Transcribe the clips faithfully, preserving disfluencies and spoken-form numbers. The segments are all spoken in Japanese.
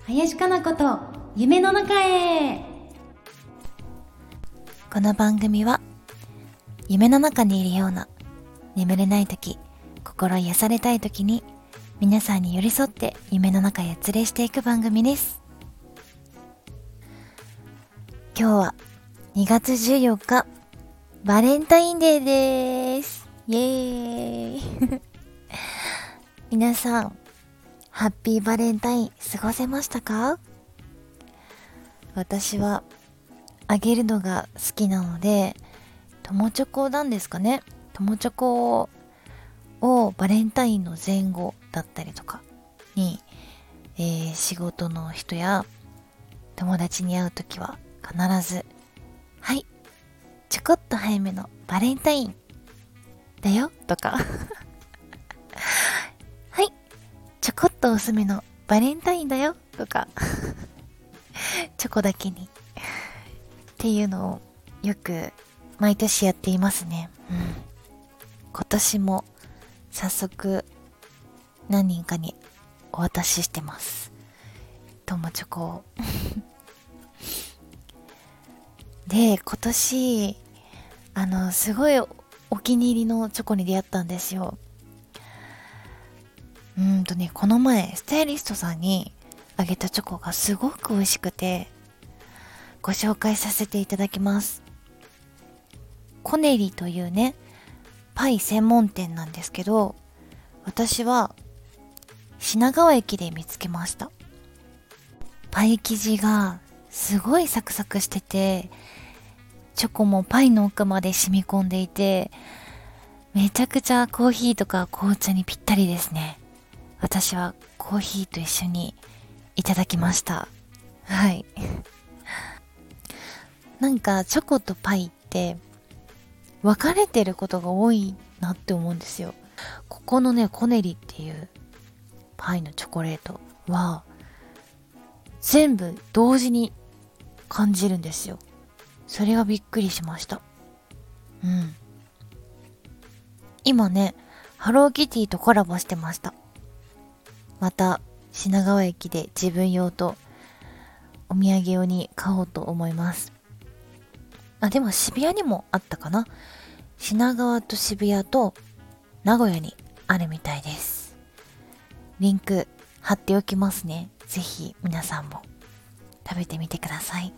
林加奈子と夢の中へ。 この番組は夢の中にいるような、眠れない時、心癒されたい時に皆さんに寄り添って夢の中へ連れしていく番組です。今日はにがつじゅうよっかバレンタインデーです。イエーイ皆さんハッピーバレンタイン過ごせましたか？私はあげるのが好きなので、友チョコなんですかね。友チョコをバレンタインの前後だったりとかに、えー、仕事の人や友達に会うときは必ず、はいちょこっと早めのバレンタインだよとかはいちょこっと遅めのバレンタインだよとかチョコだけにっていうのをよく毎年やっていますね。うん、今年も早速何人かにお渡ししてます。友チョコをで、今年あのすごいお気に入りのチョコに出会ったんですよ。うーんとねこの前スタイリストさんにあげたチョコがすごく美味しくて、ご紹介させていただきます。コネリというねパイ専門店なんですけど、私は品川駅で見つけました。パイ生地がすごいサクサクしてて、チョコもパイの奥まで染み込んでいて、めちゃくちゃコーヒーとか紅茶にぴったりですね。私はコーヒーと一緒にいただきました。はいなんかチョコとパイって分かれてることが多いなって思うんですよ。ここのねコネリっていうパイのチョコレートは全部同時に感じるんですよ。それがびっくりしました。うん今ねハローキティとコラボしてました。また品川駅で自分用とお土産用に買おうと思います。あ、でも渋谷にもあったかな。品川と渋谷と名古屋にあるみたいです。リンク貼っておきますね。ぜひ皆さんも食べてみてください。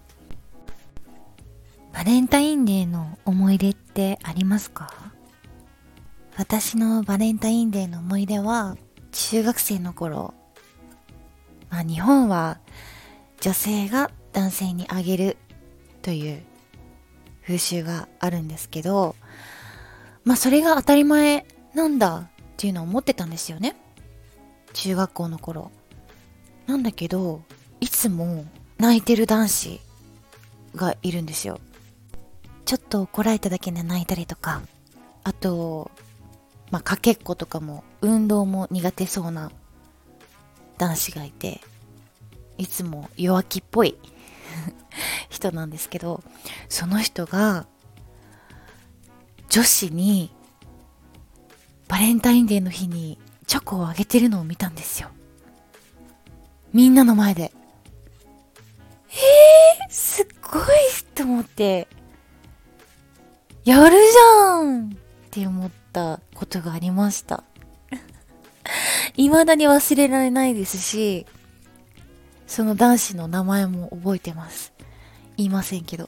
バレンタインデーの思い出ってありますか？私のバレンタインデーの思い出は中学生の頃、まあ、日本は女性が男性にあげるという風習があるんですけど、まあそれが当たり前なんだっていうのを思ってたんですよね、中学校の頃。なんだけどいつも泣いてる男子がいるんですよ。ちょっと怒られただけで泣いたりとか、あとまあかけっことかも運動も苦手そうな男子がいて、いつも弱気っぽい人なんですけど、その人が女子にバレンタインデーの日にチョコをあげてるのを見たんですよ、みんなの前で。えー、すっごいと思って、やるじゃんって思ったことがありました未だに忘れられないですし、その男子の名前も覚えてます。言いませんけど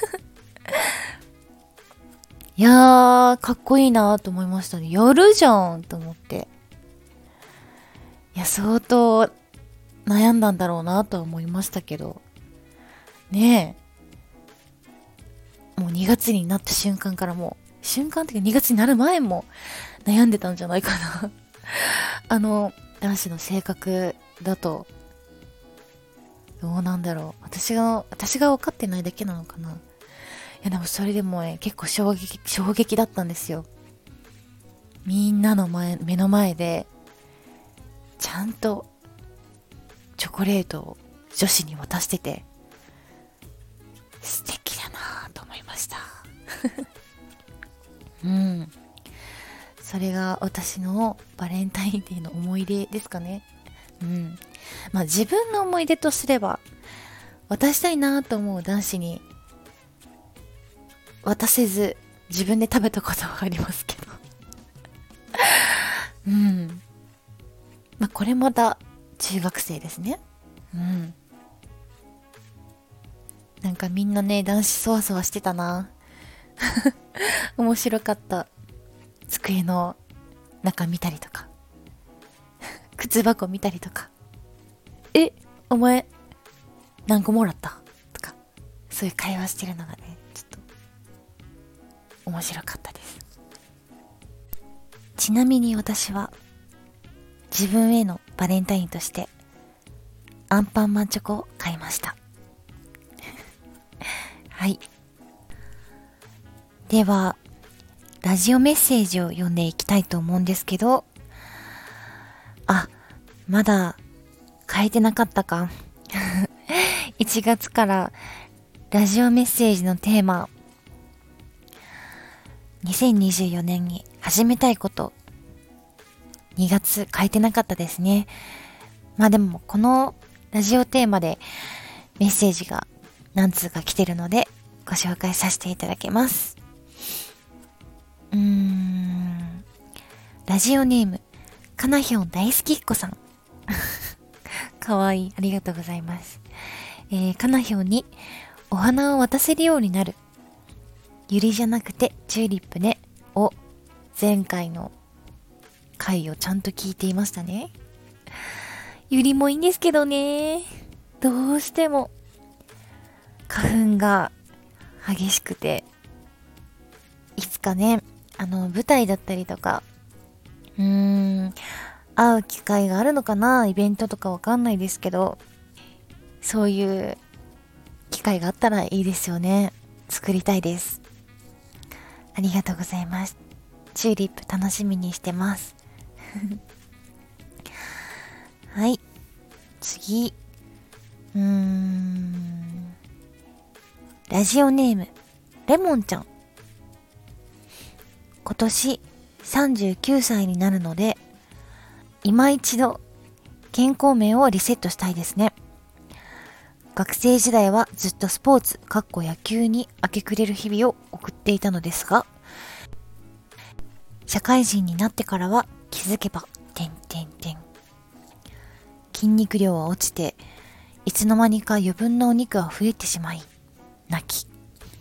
いやーかっこいいなと思いましたね。やるじゃんと思って、いや相当悩んだんだろうなとは思いましたけどねえ、もうにがつになった瞬間から、もう瞬間っていうかにがつになる前も悩んでたんじゃないかなあの男子の性格だと。どうなんだろう、私が私が分かってないだけなのかな。いやでもそれでもね結構衝撃衝撃だったんですよ。みんなの前目の前でちゃんとチョコレートを女子に渡してて、素敵だなと思いましたうんそれが私のバレンタインデーの思い出ですかね。 うん。まあ自分の思い出とすれば、渡したいなと思う男子に渡せず自分で食べたことはありますけどうん。まあこれまた中学生ですね。うん。なんかみんなね、男子そわそわしてたな面白かった。机の中見たりとか靴箱見たりとか、え、お前何個もらったとか、そういう会話してるのがね、ちょっと面白かったです。ちなみに私は自分へのバレンタインとしてアンパンマンチョコを買いましたはい。ではラジオメッセージを読んでいきたいと思うんですけど、あ、まだ変えてなかったかいちがつからラジオメッセージのテーマ、にせんにじゅうよねんに始めたいこと、にがつ変えてなかったですね。まあでもこのラジオテーマでメッセージが何通か来てるのでご紹介させていただきます。うーん、ラジオネームかなひょん大好きっ子さんかわいい、ありがとうございます。えー、かなひょんにお花を渡せるようになる、ユリじゃなくてチューリップねを前回の回をちゃんと聞いていましたね。ユリもいいんですけどね、どうしても花粉が激しくて、いつかね、あの舞台だったりとかうーん会う機会があるのかな、イベントとかわかんないですけど、そういう機会があったらいいですよね。作りたいです。ありがとうございます。チューリップ楽しみにしてますはい、次、うーんラジオネームレモンちゃん、今年さんじゅうきゅうさいになるので今一度健康面をリセットしたいですね。学生時代はずっとスポーツ、かっこ野球に明け暮れる日々を送っていたのですが、社会人になってからは気づけば、てんてんてん。筋肉量は落ちて、いつの間にか余分なお肉は増えてしまい、泣き。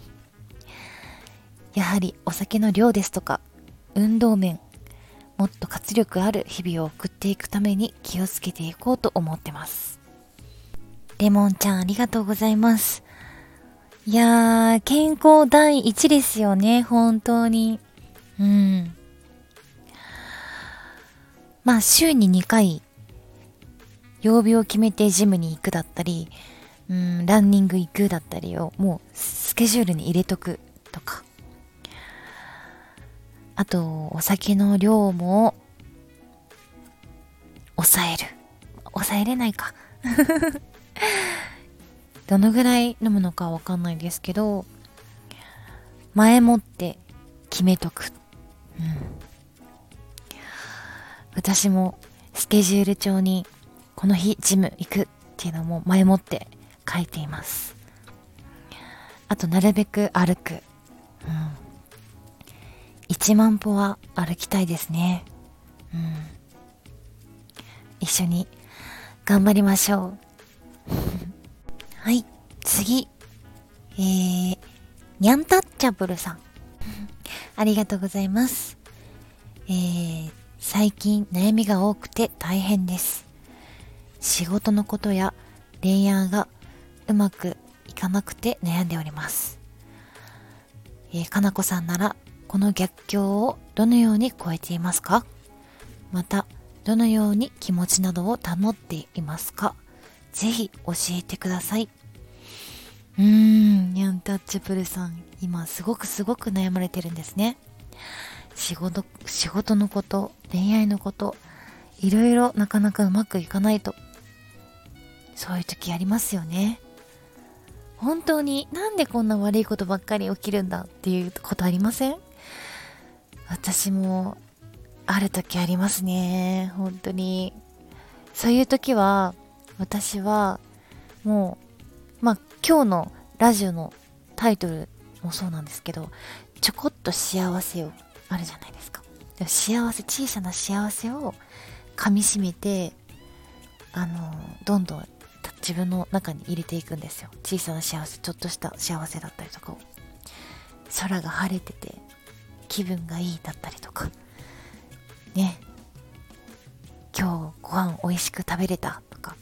やはりお酒の量ですとか、運動面、もっと活力ある日々を送っていくために気をつけていこうと思ってます。レモンちゃんありがとうございます。いやー、健康第一ですよね、本当に。うん。まあ週ににかい曜日を決めてジムに行くだったり、うん、ランニング行くだったりをもうスケジュールに入れとくとか。あとお酒の量も抑える。抑えれないか。どのぐらい飲むのかわかんないですけど、前もって決めとく。うん、私もスケジュール帳にこの日ジム行くっていうのも前もって書いています。あとなるべく歩く。うん、いちまん歩は歩きたいですね。うん、一緒に頑張りましょう。はい、次。えー、にゃんタッチャブルさん。ありがとうございます。えー、最近悩みが多くて大変です。仕事のことや恋愛がうまくいかなくて悩んでおります。えー、かなこさんならこの逆境をどのように超えていますか？また、どのように気持ちなどを保っていますか？ぜひ教えてください。うーん、ニャンタッチャブルさん、今すごくすごく悩まれてるんですね。仕事、仕事のこと、恋愛のこと、いろいろなかなかうまくいかないと、そういう時ありますよね。本当になんでこんな悪いことばっかり起きるんだっていうことありません？私もある時ありますね。本当にそういう時は私はもうまあ今日のラジオのタイトルもそうなんですけど、ちょこっと幸せをあるじゃないですか。幸せ、小さな幸せを噛みしめて、あのどんどん自分の中に入れていくんですよ。小さな幸せ、ちょっとした幸せだったりとかを、空が晴れてて気分がいいだったりとかね、今日ご飯美味しく食べれたとか、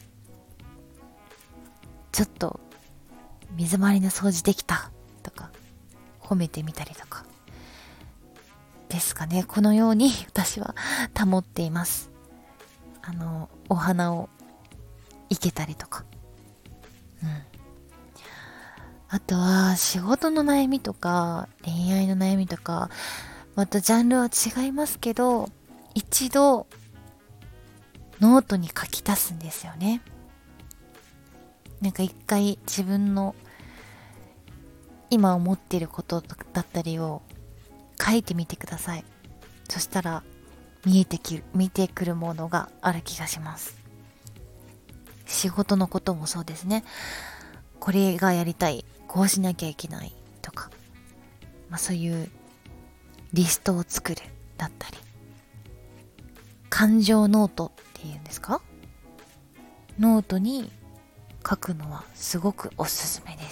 ちょっと水回りの掃除できたとか褒めてみたりとかですかね。このように私は保っています。あのお花を生けたりとか、うん、あとは仕事の悩みとか恋愛の悩みとか、またジャンルは違いますけど、一度ノートに書き足すんですよね。なんか一回自分の今思っていることだったりを書いてみてください。そしたら見えてきる見てくるものがある気がします。仕事のこともそうですね。これがやりたい、こうしなきゃいけないとか、まあ、そういうリストを作るだったり、感情ノートっていうんですか、ノートに書くのはすごくおすすめです。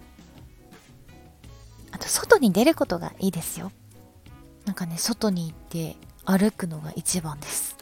あと外に出ることがいいですよ。なんかね、外に行って歩くのが一番です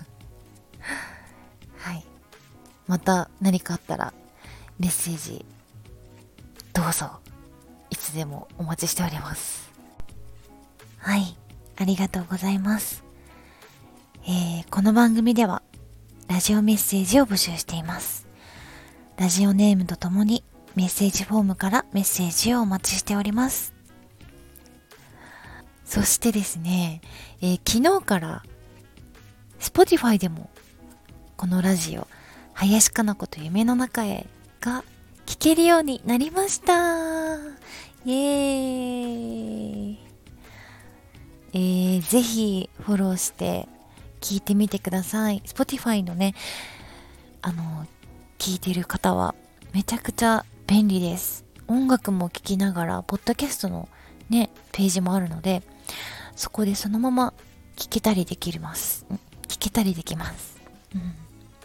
はい、また何かあったらメッセージどうぞ、いつでもお待ちしております。はい、ありがとうございます。えー、この番組ではラジオメッセージを募集しています。ラジオネームとともにメッセージフォームからメッセージをお待ちしております。そしてですね、えー、昨日から Spotify でもこのラジオ林加奈子と夢の中へが聞けるようになりました。イエーイ、えー、ぜひフォローして聞いてみてください。 Spotify のね、あの聞いてる方はめちゃくちゃ便利です。音楽も聴きながらポッドキャストのねページもあるので、そこでそのまま聞けたりできます。聞けたりできます、うん、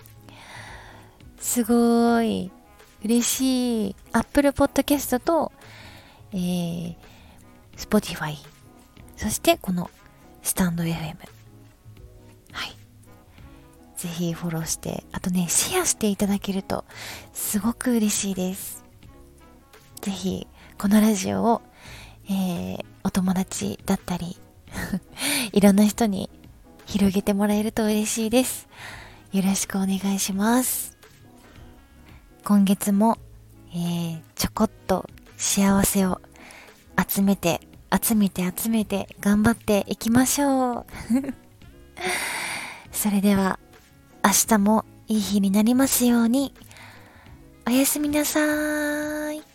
すごーい嬉しい。 Apple Podcast と、えー、Spotify、 そしてこのスタンド エフエム、 はい、ぜひフォローして、あとねシェアしていただけるとすごく嬉しいです。ぜひこのラジオを、えー、お友達だったりいろんな人に広げてもらえると嬉しいです。よろしくお願いします。今月も、えー、ちょこっと幸せを集めて集めて集めて頑張っていきましょうそれでは明日もいい日になりますように。おやすみなさーい。